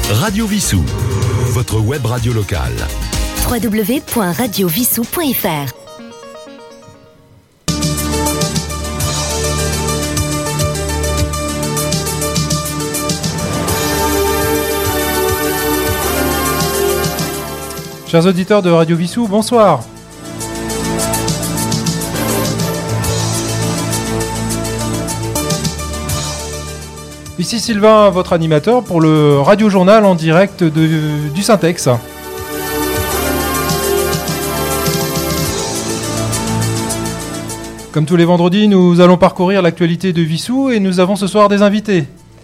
Radio Vissou, votre web radio locale. www.radiovissou.fr. Chers auditeurs de Radio Vissou, bonsoir. Ici Sylvain, votre animateur pour le Radio Journal en direct du Syntex. Comme tous les vendredis, nous allons parcourir l'actualité de Vissou et nous avons ce soir des invités.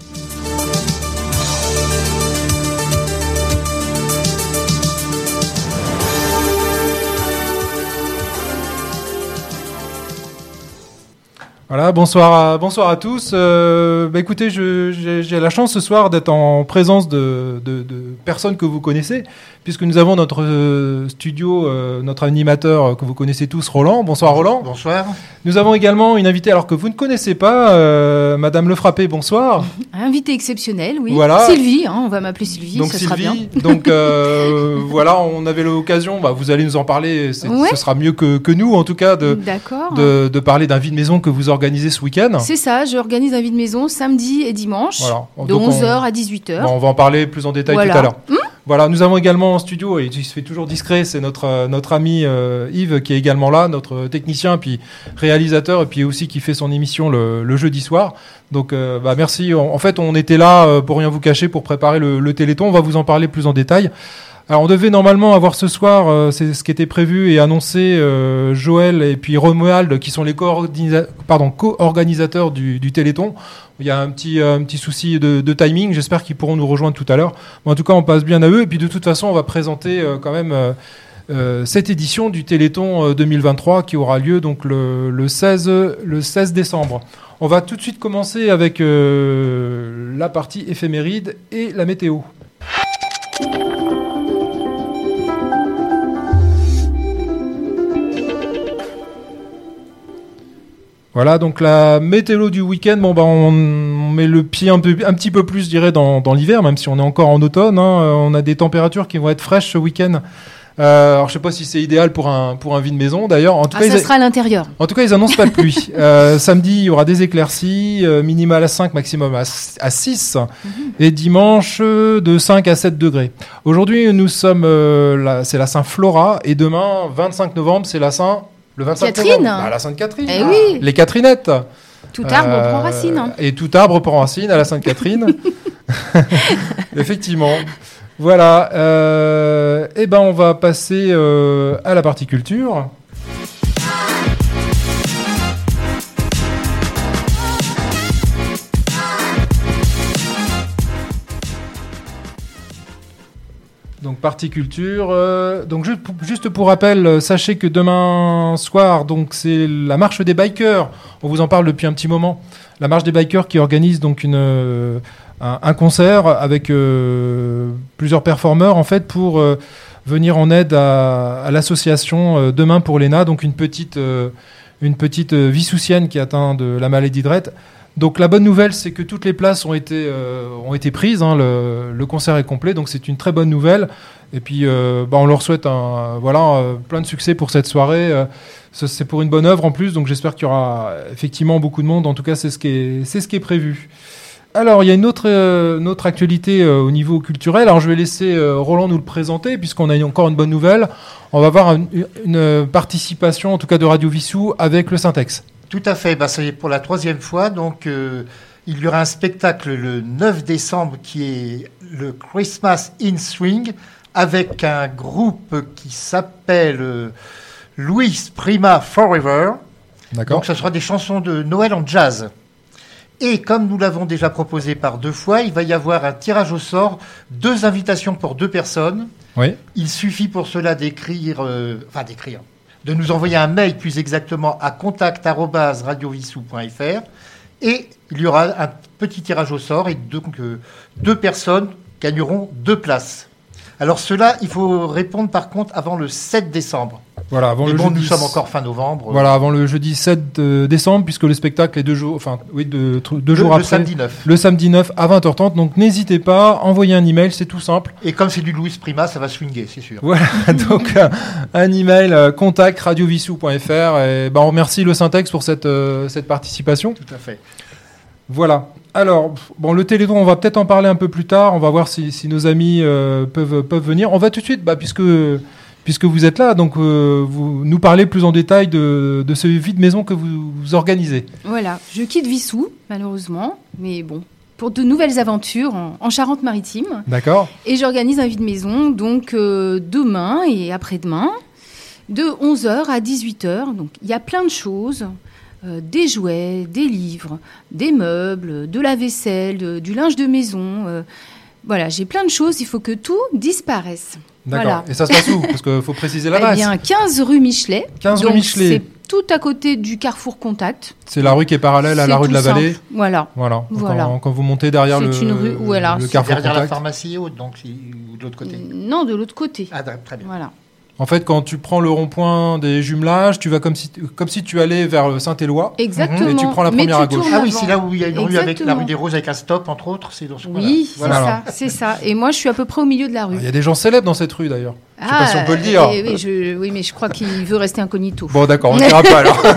Voilà, bonsoir à tous. Écoutez, j'ai la chance ce soir d'être en présence de personnes que vous connaissez, puisque nous avons notre studio, notre animateur que vous connaissez tous, Roland. Bonsoir Roland. Bonsoir. Nous avons également une invitée alors que vous ne connaissez pas, Madame Lefrappé, bonsoir. Invitée exceptionnelle, oui. Voilà. Sylvie, on va m'appeler Sylvie, donc ça Sylvie, sera bien. Donc voilà, on avait l'occasion, vous allez nous en parler, ce sera mieux que nous en tout cas, de parler d'un vide maison que vous organisez ce week-end. C'est ça, j'organise un vide maison samedi et dimanche, de 11h à 18h. On va en parler plus en détail tout à l'heure. Voilà, nous avons également en studio, et il se fait toujours discret, c'est notre ami Yves qui est également là, notre technicien, puis réalisateur, et puis aussi qui fait son émission le jeudi soir. Donc merci, en fait on était là pour rien vous cacher, pour préparer le Téléthon, on va vous en parler plus en détail. Alors on devait normalement avoir ce soir, c'est ce qui était prévu et annoncé, Joël et puis Romuald qui sont les co-organisateurs du Téléthon. Il y a un petit souci de timing, j'espère qu'ils pourront nous rejoindre tout à l'heure. Mais en tout cas on passe bien à eux et puis de toute façon on va présenter quand même cette édition du Téléthon 2023 qui aura lieu donc le 16 décembre. On va tout de suite commencer avec la partie éphéméride et la météo. Voilà, donc la météo du week-end, on met le pied un petit peu plus, je dirais, dans l'hiver, même si on est encore en automne. On a des températures qui vont être fraîches ce week-end. Alors, je sais pas si c'est idéal pour un vide maison, d'ailleurs. En tout cas, ça sera à l'intérieur. En tout cas, ils annoncent pas de pluie. Samedi, il y aura des éclaircies, minimales à 5, maximum à 6. Et dimanche, de 5 à 7 degrés. Aujourd'hui, nous sommes, c'est la Saint-Flora. Et demain, 25 novembre, c'est la le 25 Catherine. novembre, la Sainte-Catherine. Eh oui. Les Catherinettes. Tout arbre prend racine. Et tout arbre prend racine à la Sainte-Catherine. Effectivement. Voilà. On va passer à la partie culture. Donc partie culture. Donc juste pour rappel, sachez que demain soir, donc c'est la marche des bikers. On vous en parle depuis un petit moment. La marche des bikers qui organise donc un concert avec plusieurs performeurs en fait pour venir en aide à l'association Demain pour l'ENA, donc une petite vissoussienne qui est atteinte de la maladie de Rett. Donc la bonne nouvelle, c'est que toutes les places ont été prises. Le concert est complet, donc c'est une très bonne nouvelle. Et puis on leur souhaite plein de succès pour cette soirée. C'est pour une bonne œuvre en plus, donc j'espère qu'il y aura effectivement beaucoup de monde. En tout cas, c'est ce qui est prévu. Alors il y a une autre actualité au niveau culturel. Alors je vais laisser Roland nous le présenter puisqu'on a encore une bonne nouvelle. On va avoir une participation, en tout cas de Radio Vissou, avec le Syntex. Tout à fait, c'est pour la 3e fois. Donc, il y aura un spectacle le 9 décembre qui est le Christmas in Swing avec un groupe qui s'appelle Louis Prima Forever. D'accord. Donc, ce sera des chansons de Noël en jazz. Et comme nous l'avons déjà proposé par 2 fois, il va y avoir un tirage au sort, 2 invitations pour 2 personnes. Oui. Il suffit pour cela de nous envoyer un mail plus exactement à contact@radiovissou.fr et il y aura un petit tirage au sort et donc 2 personnes gagneront 2 places. Alors cela, il faut répondre par contre avant le 7 décembre. Voilà, avant Mais nous sommes encore fin novembre. Voilà, avant le jeudi 7 décembre, puisque le spectacle est 2 jours après. Samedi 9. Le samedi 9 à 20h30. Donc n'hésitez pas, envoyez un email, c'est tout simple. Et comme c'est du Louis Prima, ça va swinguer, c'est sûr. Voilà, donc un email contact radiovissou.fr. Et on remercie le Syntex pour cette participation. Tout à fait. Voilà. Alors, le Téléthon, on va peut-être en parler un peu plus tard. On va voir si nos amis peuvent venir. On va tout de suite, puisque vous êtes là, donc vous nous parlez plus en détail de ce vide maison que vous organisez. Voilà, je quitte Vissou, malheureusement, mais bon, pour de nouvelles aventures en Charente-Maritime. D'accord. Et j'organise un vide maison, donc demain et après-demain, de 11h à 18h. Donc il y a plein de choses. Des jouets, des livres, des meubles, de la vaisselle, du linge de maison. Voilà, j'ai plein de choses. Il faut que tout disparaisse. D'accord. Voilà. Et ça se passe où ? Parce qu'il faut préciser l'adresse. Eh bien, 15 rue Michelet. 15 rue Michelet. C'est tout à côté du Carrefour Contact. C'est la rue qui est parallèle à la rue de la Vallée. Simple. Voilà. Quand vous montez derrière le Carrefour derrière Contact. la pharmacie haute, donc, ou de l'autre côté. Non, de l'autre côté. Ah, très bien. Voilà. En fait, quand tu prends le rond-point des jumelages, tu vas comme si tu allais vers Saint-Éloi. Exactement. Et tu prends la première à gauche. Ah oui, c'est là où il y a une rue avec la rue des Roses avec un stop, entre autres. C'est dans ce coin-là. Oui, c'est ça. Et moi, je suis à peu près au milieu de la rue. Il y a des gens célèbres dans cette rue, d'ailleurs. Je ne sais pas si on peut le dire. Oui, mais je crois qu'il veut rester incognito. Bon, d'accord, on ne dira pas alors.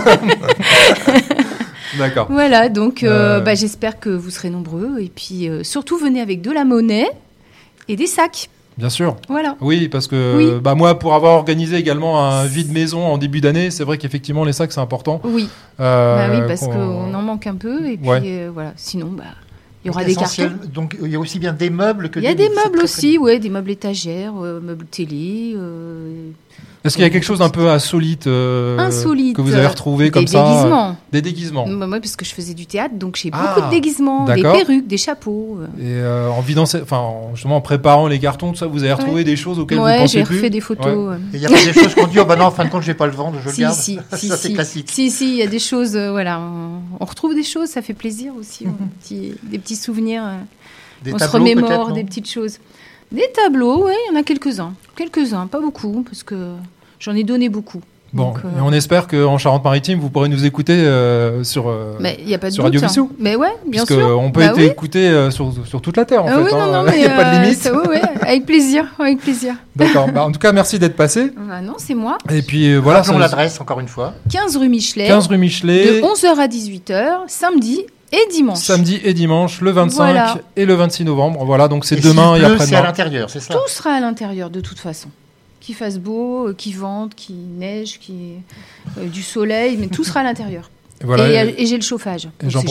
D'accord. Voilà, donc j'espère que vous serez nombreux. Et puis, surtout, venez avec de la monnaie et des sacs. Bien sûr. Voilà. Oui, parce que moi, pour avoir organisé également un vide maison en début d'année, c'est vrai qu'effectivement, les sacs, c'est important. Oui. Oui, parce qu'on en manque un peu. Et puis, voilà. Sinon, il y aura des cartons. Donc, il y a aussi bien des meubles que des... Il y a des meubles aussi, des meubles étagères, meubles télé. Est-ce qu'il y a quelque chose d'un peu insolite que vous avez retrouvé comme ça ? Des déguisements. Moi, parce que je faisais du théâtre, donc j'ai beaucoup de déguisements, des perruques, des chapeaux. Et justement en préparant les cartons, tout ça, vous avez retrouvé des choses auxquelles vous ne pensiez plus ? Ouais, j'ai refait des photos. Et il y a pas des choses qu'on dit, non, en fin de compte, je vais pas le vendre, je le garde. Ça, c'est classique. Si, il y a des choses, on retrouve des choses, ça fait plaisir aussi. Des petits souvenirs. Des on tableaux, se remémore des petites choses. Des tableaux, oui, il y en a quelques-uns. Quelques-uns, pas beaucoup, parce que j'en ai donné beaucoup. Bon, et on espère qu'en Charente-Maritime, vous pourrez nous écouter sur Radio Vissou. Mais ouais, bien sûr. Parce qu'on peut être écouté sur toute la Terre, en fait. Oui, il n'y a pas de limite. Avec plaisir. D'accord. En tout cas, merci d'être passé. Non, c'est moi. Et puis voilà. Rappelons l'adresse, encore une fois. 15 rue Michelet. 15 rue Michelet. De 11h à 18h, samedi et dimanche. Samedi et dimanche, le 25 et le 26 novembre. Voilà, donc c'est demain et après-demain. C'est à l'intérieur, c'est ça ? Tout sera à l'intérieur, de toute façon. Qu'il fasse beau, qu'il vente, qu'il neige, du soleil, mais tout sera à l'intérieur. Voilà. Et j'ai le chauffage. J'en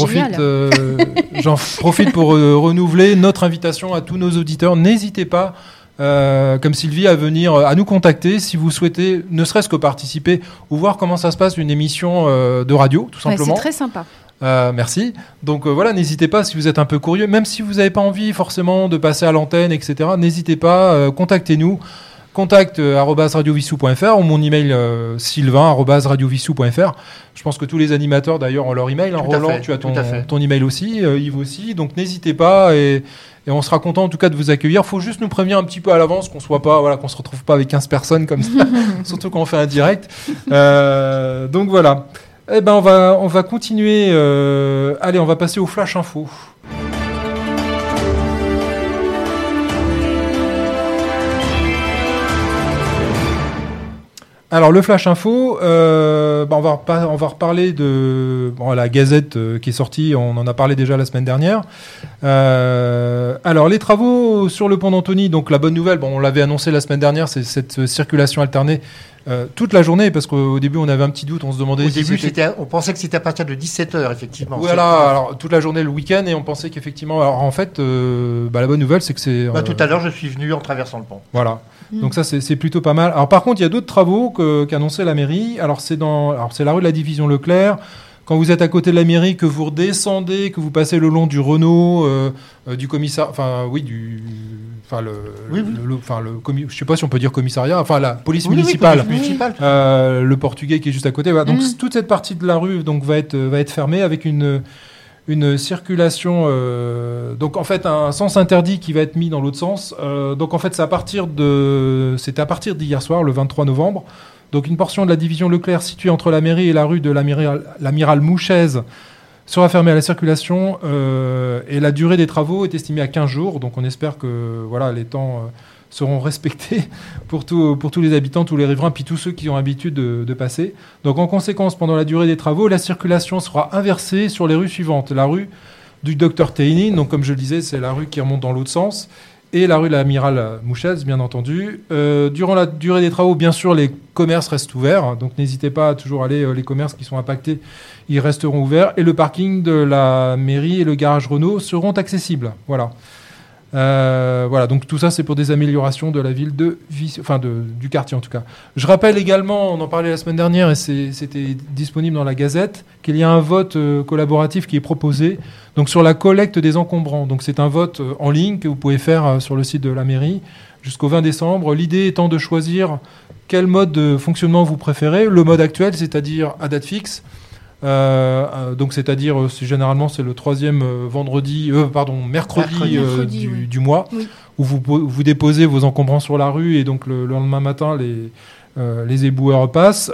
profite pour renouveler notre invitation à tous nos auditeurs. N'hésitez pas, comme Sylvie, à venir à nous contacter si vous souhaitez, ne serait-ce que participer ou voir comment ça se passe une émission de radio, tout simplement. C'est très sympa. Merci. Donc voilà, n'hésitez pas si vous êtes un peu curieux, même si vous n'avez pas envie forcément de passer à l'antenne, etc. N'hésitez pas, contactez-nous. contact@radiovissou.fr ou mon email sylvain@radiovissou.fr. Je pense que tous les animateurs d'ailleurs ont leur email. Roland, tu as ton email aussi, Yves aussi. Donc n'hésitez pas et on sera content en tout cas de vous accueillir. Faut juste nous prévenir un petit peu à l'avance qu'on se retrouve pas avec 15 personnes comme ça, surtout quand on fait un direct. Donc voilà. Eh ben on va continuer. Allez, on va passer au flash info. Alors le flash info, on va reparler de la Gazette qui est sortie, on en a parlé déjà la semaine dernière. Alors les travaux sur le pont d'Antony, donc la bonne nouvelle, on l'avait annoncé la semaine dernière, c'est cette circulation alternée toute la journée, parce qu'au début on avait un petit doute, on se demandait on pensait que c'était à partir de 17h effectivement. Voilà, alors toute la journée le week-end, et on pensait qu'effectivement, alors en fait la bonne nouvelle c'est que c'est... tout à l'heure je suis venu en traversant le pont. Voilà. Donc ça c'est plutôt pas mal. Alors par contre il y a d'autres travaux qu'annonçait la mairie. Alors c'est la rue de la Division Leclerc. Quand vous êtes à côté de la mairie, que vous redescendez, que vous passez le long du Renault, du commissariat, je sais pas si on peut dire commissariat, la police municipale, le portugais qui est juste à côté. Voilà. Donc toute cette partie de la rue va être fermée avec une circulation, donc en fait un sens interdit qui va être mis dans l'autre sens. Donc en fait c'était à partir d'hier soir, le 23 novembre. Donc une portion de la division Leclerc située entre la mairie et la rue de l'amiral Mouchez sera fermée à la circulation et la durée des travaux est estimée à 15 jours. Donc on espère que les temps seront respectés pour tous les habitants, tous les riverains, puis tous ceux qui ont l'habitude de passer. Donc en conséquence, pendant la durée des travaux, la circulation sera inversée sur les rues suivantes. La rue du Dr Teinin, donc comme je le disais, c'est la rue qui remonte dans l'autre sens, et la rue de l'amiral Mouchez, bien entendu. Durant la durée des travaux, bien sûr, les commerces restent ouverts, donc n'hésitez pas à toujours aller, les commerces qui sont impactés, ils resteront ouverts, et le parking de la mairie et le garage Renault seront accessibles. Voilà. Donc tout ça c'est pour des améliorations de la ville du quartier en tout cas. Je rappelle également, on en parlait la semaine dernière et c'était disponible dans la Gazette, qu'il y a un vote collaboratif qui est proposé donc sur la collecte des encombrants. Donc c'est un vote en ligne que vous pouvez faire sur le site de la mairie jusqu'au 20 décembre. L'idée étant de choisir quel mode de fonctionnement vous préférez. Le mode actuel, c'est-à-dire à date fixe. Donc c'est-à-dire généralement c'est le troisième mercredi du mois, oui, où vous déposez vos encombrants sur la rue et donc le lendemain matin les éboueurs passent.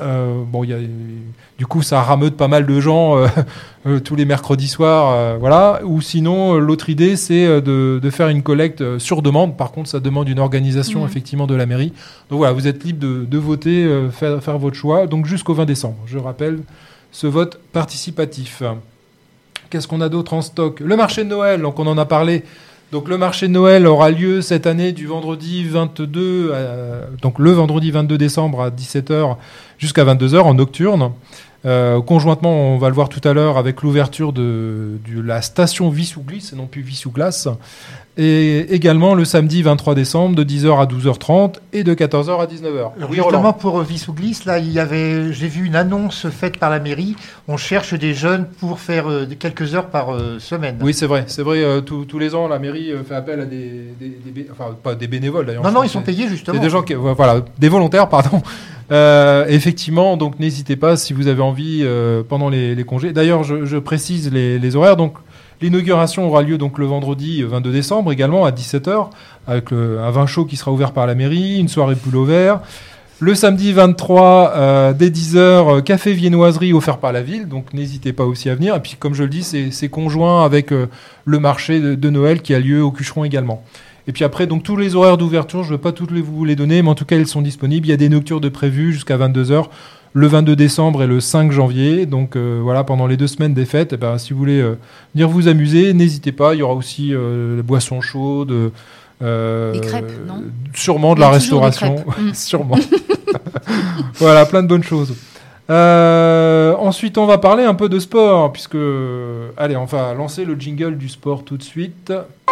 Du coup ça rameute pas mal de gens tous les mercredis soirs, Ou sinon l'autre idée c'est de faire une collecte sur demande. Par contre ça demande une organisation effectivement de la mairie. Donc voilà, vous êtes libre de voter, faire votre choix. Donc jusqu'au 20 décembre, je rappelle. Ce vote participatif. Qu'est-ce qu'on a d'autre en stock ? Le marché de Noël, donc on en a parlé. Donc le marché de Noël aura lieu cette année du vendredi 22, donc le vendredi 22 décembre à 17h jusqu'à 22h en nocturne. Conjointement, on va le voir tout à l'heure avec l'ouverture de la station Vissou-Glisse et non plus Vissou-Glace. Et également le samedi 23 décembre de 10h à 12h30 et de 14h à 19h. Oui, justement pour Vissou-Glisse, là, j'ai vu une annonce faite par la mairie. On cherche des jeunes pour faire quelques heures par semaine. Oui, c'est vrai. Tous les ans, la mairie fait appel à pas des bénévoles d'ailleurs. Non, ils sont payés justement. Des gens des volontaires, pardon. Effectivement, donc n'hésitez pas si vous avez envie pendant les congés. D'ailleurs, je précise les horaires. Donc l'inauguration aura lieu donc le vendredi 22 décembre également à 17h avec un vin chaud qui sera ouvert par la mairie, une soirée poule au vert. Le samedi 23 dès 10h, café viennoiserie offert par la ville, donc n'hésitez pas aussi à venir. Et puis comme je le dis, c'est conjoint avec le marché de Noël qui a lieu au Cucheron également. Et puis après, donc tous les horaires d'ouverture, je ne vais pas toutes vous les donner, mais en tout cas, ils sont disponibles. Il y a des nocturnes de prévues jusqu'à 22h, le 22 décembre et le 5 janvier. Donc pendant les 2 semaines des fêtes, si vous voulez venir vous amuser, n'hésitez pas. Il y aura aussi des boissons chaudes. Des crêpes, non ? Sûrement de la restauration. Sûrement. Voilà, plein de bonnes choses. Ensuite, on va parler un peu de sport, puisque... Allez, on va lancer le jingle du sport tout de suite.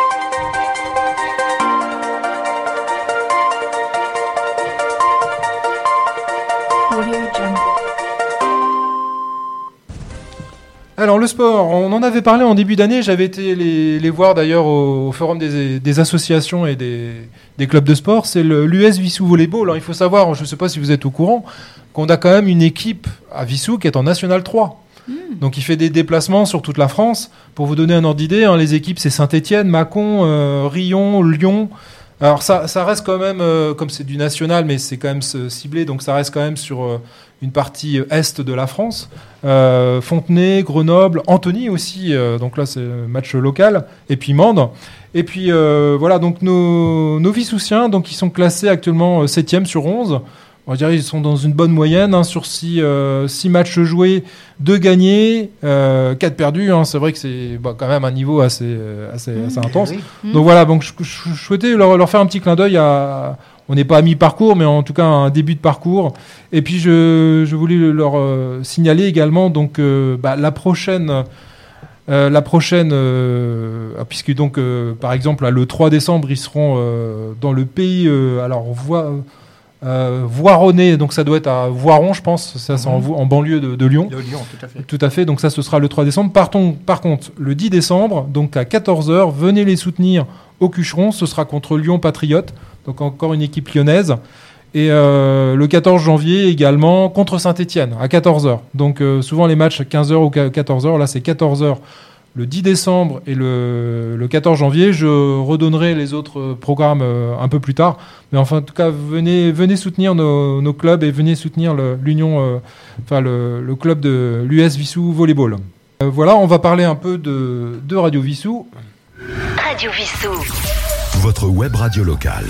Alors le sport, on en avait parlé en début d'année, j'avais été les voir d'ailleurs au forum des associations et des clubs de sport, c'est l'US Vissou Volleyball. Alors il faut savoir, je ne sais pas si vous êtes au courant, qu'on a quand même une équipe à Vissou qui est en National 3. Donc il fait des déplacements sur toute la France. Pour vous donner un ordre d'idée, les équipes c'est Saint-Étienne, Mâcon, Rion, Lyon. Alors ça reste quand même, comme c'est du national, mais c'est quand même ciblé, donc ça reste quand même sur une partie est de la France. Fontenay, Grenoble, Antony aussi, donc là c'est match local, et puis Mende. Et puis donc nos Vissoussiens, donc ils sont classés actuellement 7e sur 11. On va dire qu'ils sont dans une bonne moyenne, sur 6 matchs joués, 2 gagnés, 4 perdus. C'est vrai que c'est quand même un niveau assez intense. Oui. Donc voilà, donc je souhaitais leur faire un petit clin d'œil on n'est pas à mi-parcours, mais en tout cas un début de parcours. Et puis je voulais leur signaler également donc la prochaine puisque donc par exemple le 3 décembre ils seront dans le pays Voironnais, donc ça doit être à Voiron, je pense, ça c'est en banlieue de Lyon. De Lyon, tout à fait. Tout à fait, donc ça ce sera le 3 décembre. Par contre, le 10 décembre, donc à 14h, venez les soutenir au Cucheron, ce sera contre Lyon Patriote, donc encore une équipe lyonnaise. Et le 14 janvier également contre Saint-Étienne à 14h. Donc souvent les matchs à 15h ou 14h, là c'est 14h le 10 décembre et le 14 janvier. Je redonnerai les autres programmes un peu plus tard. Mais enfin, en tout cas, venez soutenir nos clubs et venez soutenir l'union, le club de l'US Vissou Volleyball. Voilà, on va parler un peu de Radio Vissou. Radio Vissou. Votre web radio locale.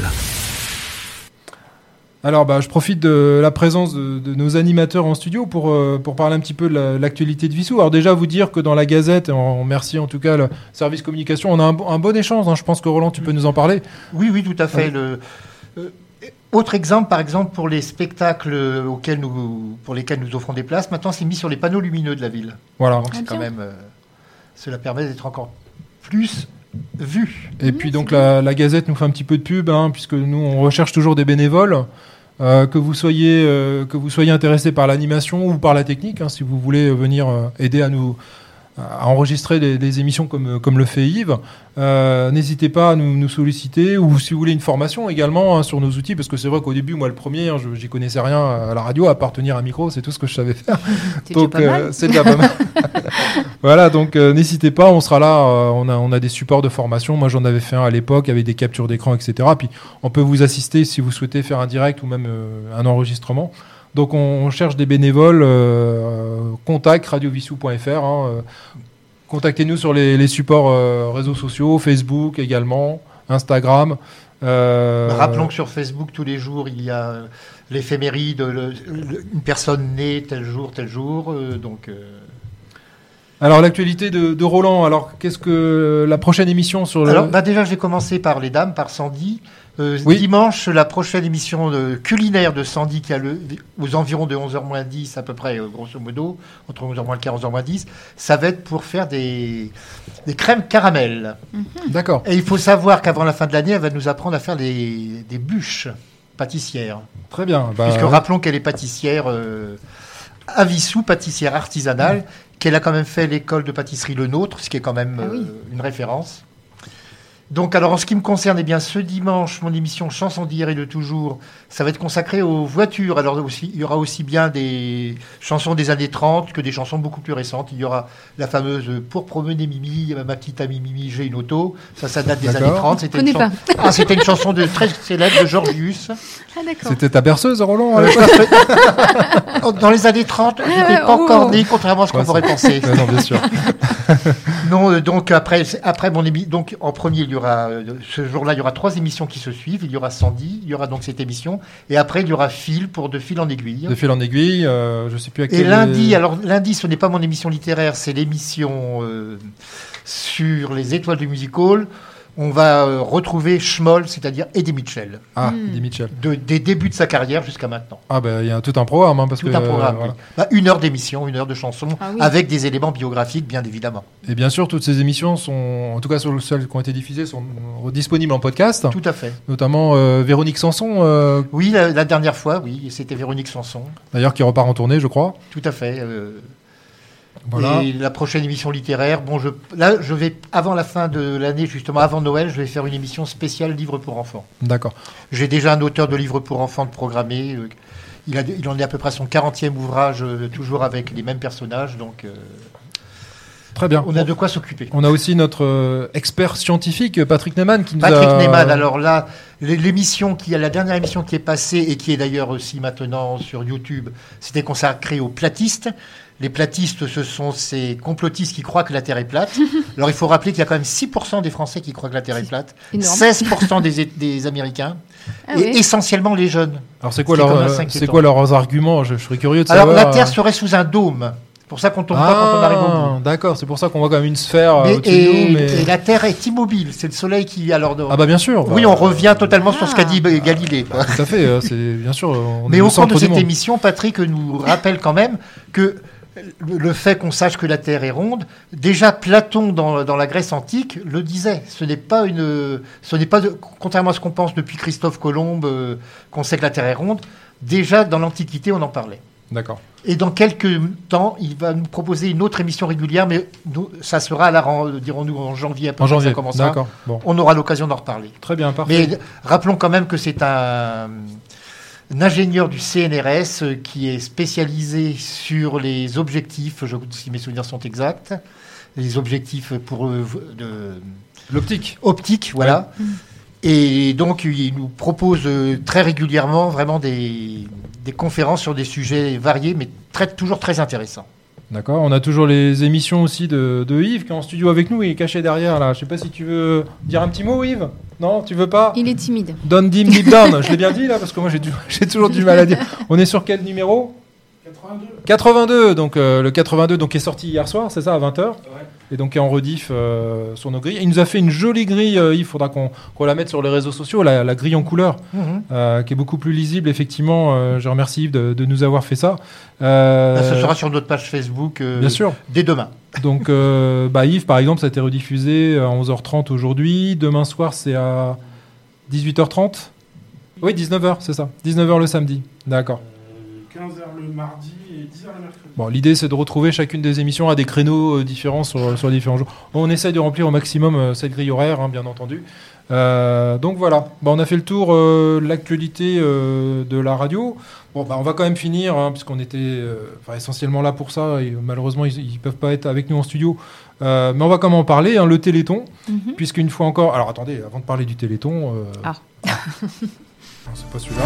Alors, je profite de la présence de nos animateurs en studio pour parler un petit peu de l'actualité de Vissou. Alors déjà, vous dire que dans la Gazette, et on remercie en tout cas le service communication, on a un bon échange. Je pense que Roland, tu peux nous en parler. Oui, tout à fait. Autre exemple, par exemple, pour les spectacles pour lesquels nous offrons des places, maintenant c'est mis sur les panneaux lumineux de la ville. Voilà. Donc c'est quand même, cela permet d'être encore plus vu. Et puis donc la Gazette nous fait un petit peu de pub, puisque nous on recherche toujours des bénévoles. Que vous soyez intéressé par l'animation ou par la technique, si vous voulez venir aider à enregistrer des émissions comme le fait Yves, n'hésitez pas à nous solliciter, ou si vous voulez une formation également sur nos outils, parce que c'est vrai qu'au début, moi le premier, j'y connaissais rien à la radio, à part tenir un micro, c'est tout ce que je savais faire. Donc c'est déjà pas mal. Voilà, donc n'hésitez pas, on sera là, on a des supports de formation, moi j'en avais fait un à l'époque avec des captures d'écran, etc. Puis on peut vous assister si vous souhaitez faire un direct ou même un enregistrement. Donc on cherche des bénévoles, contact radiovissou.fr. Contactez-nous sur les supports réseaux sociaux, Facebook également, Instagram. Rappelons que sur Facebook, tous les jours, il y a l'éphéméride, une personne née tel jour. Alors l'actualité de Roland, alors qu'est-ce que la prochaine émission sur Alors déjà, je vais commencer par les dames, par Sandy. Oui. Dimanche, la prochaine émission culinaire de Sandy qui a aux environs de 11h-10 à peu près, grosso modo, entre 11h-15 et 11h-10, ça va être pour faire des crèmes caramel. D'accord. Et il faut savoir qu'avant la fin de l'année, elle va nous apprendre à faire des bûches pâtissières. Très bien. Puisque rappelons qu'elle est pâtissière à Vissou, pâtissière artisanale, qu'elle a quand même fait l'école de pâtisserie Le Nôtre, ce qui est quand même une référence. Donc, alors, en ce qui me concerne, eh bien, ce dimanche, mon émission Chansons d'hier et de toujours, ça va être consacré aux voitures. Alors, il y aura aussi bien des chansons des années 30 que des chansons beaucoup plus récentes. Il y aura la fameuse Pour promener Mimi, ma petite amie Mimi, j'ai une auto. Ça date des années 30. C'était une chanson très célèbre de Georgius. Ah, d'accord. C'était ta berceuse, Roland Dans les années 30, je n'étais pas encore né, contrairement à ce qu'on pourrait penser. Non, bien sûr. Non, donc après mon émission, donc en premier, il y aura ce jour-là, il y aura 3 émissions qui se suivent. Il y aura Sandy, il y aura donc cette émission, et après il y aura Phil pour De fil en aiguille. De fil en aiguille, je sais plus à quel. Et lundi, ce n'est pas mon émission littéraire, c'est l'émission sur les étoiles du music-hall. On va retrouver Schmoll, c'est-à-dire Eddie Mitchell. Ah, Eddie Mitchell. Des débuts de sa carrière jusqu'à maintenant. Ah, il y a tout un programme. Un programme, voilà. Oui. 1 heure d'émission, 1 heure de chansons, avec des éléments biographiques, bien évidemment. Et bien sûr, toutes ces émissions sont, en tout cas celles qui ont été diffusées, sont disponibles en podcast. Tout à fait. Notamment Véronique Sanson. Oui, la dernière fois, c'était Véronique Sanson. D'ailleurs, qui repart en tournée, je crois. Tout à fait. Voilà. Et la prochaine émission littéraire, je vais, avant la fin de l'année, justement avant Noël, je vais faire une émission spéciale livres pour enfants. D'accord. J'ai déjà un auteur de livres pour enfants de programmé. Il en est à peu près à son 40e ouvrage, toujours avec les mêmes personnages. Donc, très bien. On a de quoi s'occuper. On a aussi notre expert scientifique, Patrick Neyman, qui nous Patrick Neyman, alors là, la dernière émission qui est passée, et qui est d'ailleurs aussi maintenant sur YouTube, c'était consacré aux platistes. Les platistes, ce sont ces complotistes qui croient que la Terre est plate. Alors, il faut rappeler qu'il y a quand même 6% des Français qui croient que la Terre est plate, énorme. 16% des Américains, essentiellement les jeunes. Alors, c'est quoi leurs arguments? Je serais curieux de savoir. Alors, la Terre serait sous un dôme. C'est pour ça qu'on tombe pas quand on arrive au bout. D'accord, c'est pour ça qu'on voit quand même une sphère au-dessus de nous. Et la Terre est immobile, c'est le Soleil qui... bien sûr. Oui, on revient totalement sur ce qu'a dit Galilée. Tout à fait, c'est bien sûr. Mais au cours de cette émission, Patrick nous rappelle quand même que le fait qu'on sache que la Terre est ronde, déjà Platon dans la Grèce antique le disait. Ce n'est pas contrairement à ce qu'on pense depuis Christophe Colomb, qu'on sait que la Terre est ronde. Déjà dans l'Antiquité, on en parlait. D'accord. Et dans quelques temps, il va nous proposer une autre émission régulière, mais ça sera dirons-nous en janvier. À peu près, ça commencera. D'accord. Bon. On aura l'occasion d'en reparler. Très bien, parfait. Mais rappelons quand même que c'est un ingénieur du CNRS qui est spécialisé sur les objectifs, si mes souvenirs sont exacts, les objectifs pour L'optique. optiques, voilà. Ouais. Et donc, il nous propose très régulièrement vraiment des conférences sur des sujets variés, mais toujours très intéressants. D'accord. On a toujours les émissions aussi de Yves qui est en studio avec nous et est caché derrière là. Je sais pas si tu veux dire un petit mot, Yves. Non, tu veux pas? Il est timide. Don dim deep down. Je l'ai bien dit là parce que moi j'ai toujours du mal à dire. On est sur quel numéro? 82. Donc le 82 donc est sorti hier soir, c'est ça, à 20h. Ouais. Et donc est en rediff sur nos grilles. Il nous a fait une jolie grille, il faudra qu'on la mette sur les réseaux sociaux, la grille en couleur, qui est beaucoup plus lisible, effectivement. Je remercie Yves de nous avoir fait ça. Ce sera sur notre page Facebook bien sûr. Dès demain. Donc Yves, par exemple, ça a été rediffusé à 11h30 aujourd'hui. Demain soir, c'est à 18h30. Oui, 19h, c'est ça. 19h le samedi. D'accord. 15h le mardi et 10h le mercredi. Bon, l'idée, c'est de retrouver chacune des émissions à des créneaux différents sur différents jours. On essaye de remplir au maximum cette grille horaire, bien entendu. Donc voilà, on a fait le tour de l'actualité de la radio. Bon, on va quand même finir, puisqu'on était essentiellement là pour ça, et malheureusement, ils ne peuvent pas être avec nous en studio. Mais on va quand même en parler, le Téléthon, puisqu'une fois encore... Alors attendez, avant de parler du Téléthon... Non, c'est pas celui-là.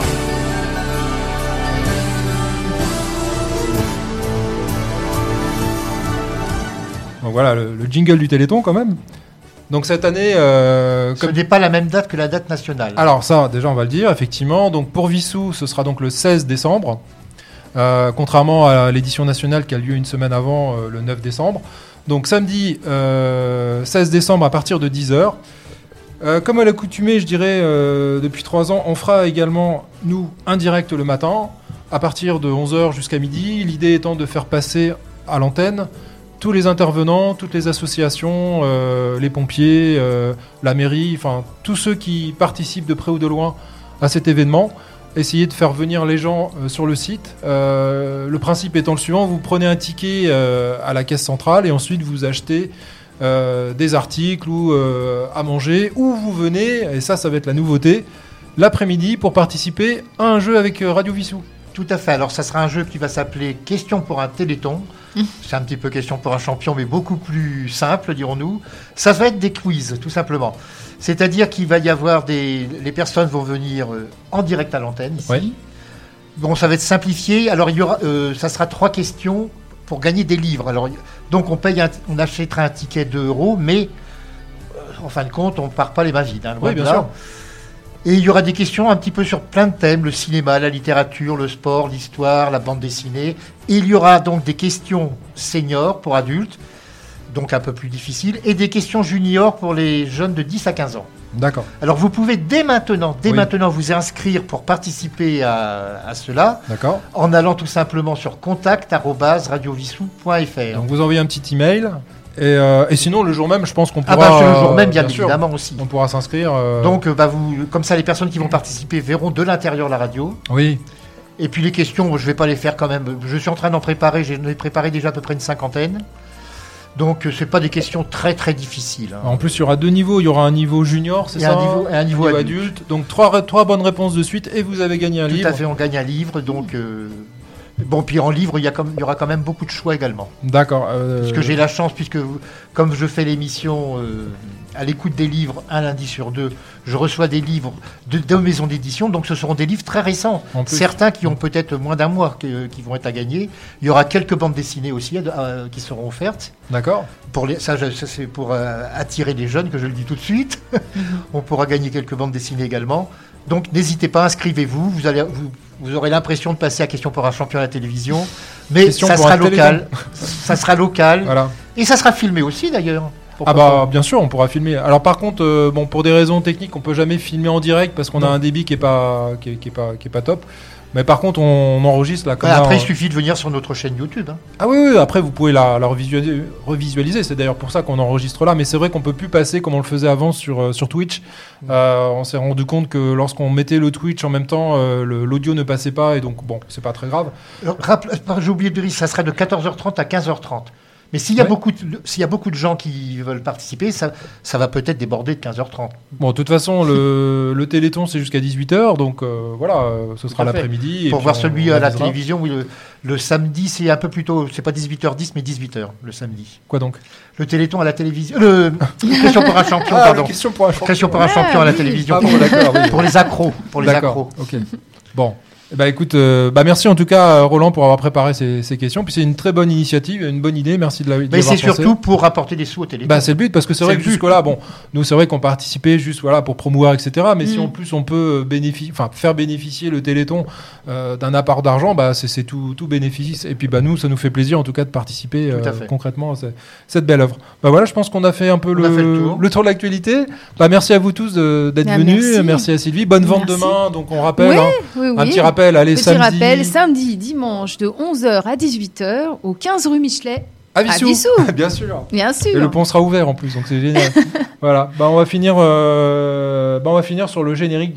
Donc voilà, le jingle du Téléthon quand même. Donc cette année... Ce n'est pas la même date que la date nationale. Alors ça, déjà on va le dire, effectivement. Donc pour Vissou, ce sera donc le 16 décembre, contrairement à l'édition nationale qui a lieu une semaine avant, le 9 décembre. Donc samedi 16 décembre à partir de 10h. Comme à l'accoutumée, je dirais, depuis 3 ans, on fera également, nous, un direct le matin, à partir de 11h jusqu'à midi. L'idée étant de faire passer à l'antenne tous les intervenants, toutes les associations, les pompiers, la mairie, enfin tous ceux qui participent de près ou de loin à cet événement, essayer de faire venir les gens sur le site. Le principe étant le suivant, vous prenez un ticket à la caisse centrale et ensuite vous achetez des articles ou à manger, ou vous venez, et ça va être la nouveauté, l'après-midi pour participer à un jeu avec Radio Vissou. Tout à fait. Alors, ça sera un jeu qui va s'appeler Question pour un Téléthon. C'est un petit peu Question pour un champion, mais beaucoup plus simple, dirons-nous. Ça va être des quiz, tout simplement. C'est-à-dire qu'il va y avoir les personnes vont venir en direct à l'antenne, ici. Oui. Bon, ça va être simplifié. Alors, il y aura, ça sera 3 questions pour gagner des livres. Alors, donc, on achètera un ticket de 2 €, mais en fin de compte, on ne part pas les mains vides. Oui, bien sûr. Et il y aura des questions un petit peu sur plein de thèmes, le cinéma, la littérature, le sport, l'histoire, la bande dessinée. Et il y aura donc des questions seniors pour adultes, donc un peu plus difficiles, et des questions juniors pour les jeunes de 10 à 15 ans. D'accord. Alors vous pouvez dès maintenant vous inscrire pour participer à cela. D'accord. En allant tout simplement sur contact@radiovissou.fr. Donc vous envoyez un petit email. Et sinon, le jour même, je pense qu'on pourra... le jour même, bien évidemment, aussi. On pourra s'inscrire. Donc, comme ça, les personnes qui vont participer verront de l'intérieur la radio. Oui. Et puis les questions, je ne vais pas les faire quand même. Je suis en train d'en préparer. J'en ai préparé déjà à peu près une 50aine. Donc, ce n'est pas des questions très, très difficiles. En plus, il y aura 2 niveaux. Il y aura un niveau junior, c'est ça, un niveau adulte. Donc, 3 bonnes réponses de suite et vous avez gagné un livre. Tout à fait, on gagne un livre. Donc... Bon, puis en livre, il y aura quand même beaucoup de choix également. D'accord. Parce que j'ai la chance, puisque comme je fais l'émission à l'écoute des livres un lundi sur 2, je reçois des livres de maisons d'édition, donc ce seront des livres très récents. Certains qui ont peut-être moins d'un mois qui vont être à gagner. Il y aura quelques bandes dessinées aussi qui seront offertes. D'accord. Ça, c'est pour attirer les jeunes, que je le dis tout de suite. On pourra gagner quelques bandes dessinées également. Donc n'hésitez pas, inscrivez-vous. Vous aurez l'impression de passer à Question pour un champion à la télévision, mais ça sera local. Ça sera local. Voilà. Et ça sera filmé aussi d'ailleurs. Bien sûr, on pourra filmer. Alors par contre, pour des raisons techniques, on peut jamais filmer en direct parce qu'on a un débit qui est pas top. Mais par contre, on enregistre là. Après, il suffit de venir sur notre chaîne YouTube. Ah oui, après vous pouvez la revisualiser. C'est d'ailleurs pour ça qu'on enregistre là. Mais c'est vrai qu'on peut plus passer comme on le faisait avant sur Twitch. On s'est rendu compte que lorsqu'on mettait le Twitch en même temps, l'audio ne passait pas et donc bon, c'est pas très grave. J'ai oublié de dire, ça sera de 14h30 à 15h30. Mais s'il y a Ouais. beaucoup de gens qui veulent participer, ça va peut-être déborder de 15h30. Bon, de toute façon, le Téléthon, c'est jusqu'à 18h, donc voilà, ce sera à fait. l'après-midi. et Pour puis voir on celui à la avisera. télévision, oui, le samedi, c'est un peu plus tôt. C'est pas 18h10, mais 18h le samedi. Quoi donc? Le Téléthon à la télévision. Question pour un champion, Ah, pardon. oui, question pour un champion. Question pour un champion à la oui. télévision. Ah bon, d'accord, oui. Pour les accros. Pour les D'accord, accros. ok. Bon. Bah écoute, merci en tout cas Roland pour avoir préparé ces questions. Puis c'est une très bonne initiative, une bonne idée. Merci de Mais l'avoir c'est pensé. surtout pour apporter des sous au Téléthon. Bah c'est le but parce que c'est vrai C'est que le but. jusque-là, bon, nous c'est vrai qu'on participait juste voilà pour promouvoir etc. Mais si Mm. en plus on peut faire bénéficier le Téléthon d'un apport d'argent, bah c'est tout bénéfice. Et puis bah nous ça nous fait plaisir en tout cas de participer Tout à fait. concrètement à cette belle œuvre. Bah voilà, je pense qu'on a fait un peu On a fait le tour. de l'actualité. Bah merci à vous tous d'être Ah, venus. merci. À Sylvie. Bonne vente Merci. demain. Donc on rappelle Ouais, hein, oui, un oui. petit rappel. Allez Petit rappel, samedi. dimanche de 11h à 18h au 15 rue Michelet. À Vissou. Vissou. Bien sûr. Bien sûr. Et le pont sera ouvert en plus, donc c'est génial. Voilà. Bah on va finir sur le générique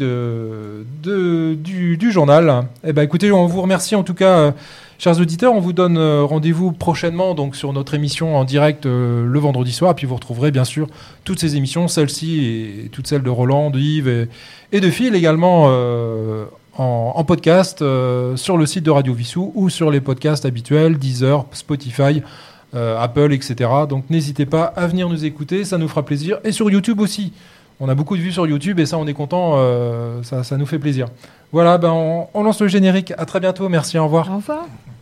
du journal. Eh ben écoutez, on vous remercie en tout cas, chers auditeurs. On vous donne rendez-vous prochainement donc sur notre émission en direct le vendredi soir. Et puis vous retrouverez bien sûr toutes ces émissions, celle-ci et toutes celles de Roland, de Yves et de Phil également en podcast sur le site de Radio Vissou ou sur les podcasts habituels, Deezer, Spotify. Apple, etc. Donc n'hésitez pas à venir nous écouter, ça nous fera plaisir. Et sur YouTube aussi. On a beaucoup de vues sur YouTube et ça, on est content, ça nous fait plaisir. Voilà, on lance le générique. À très bientôt, merci, au revoir. Au revoir.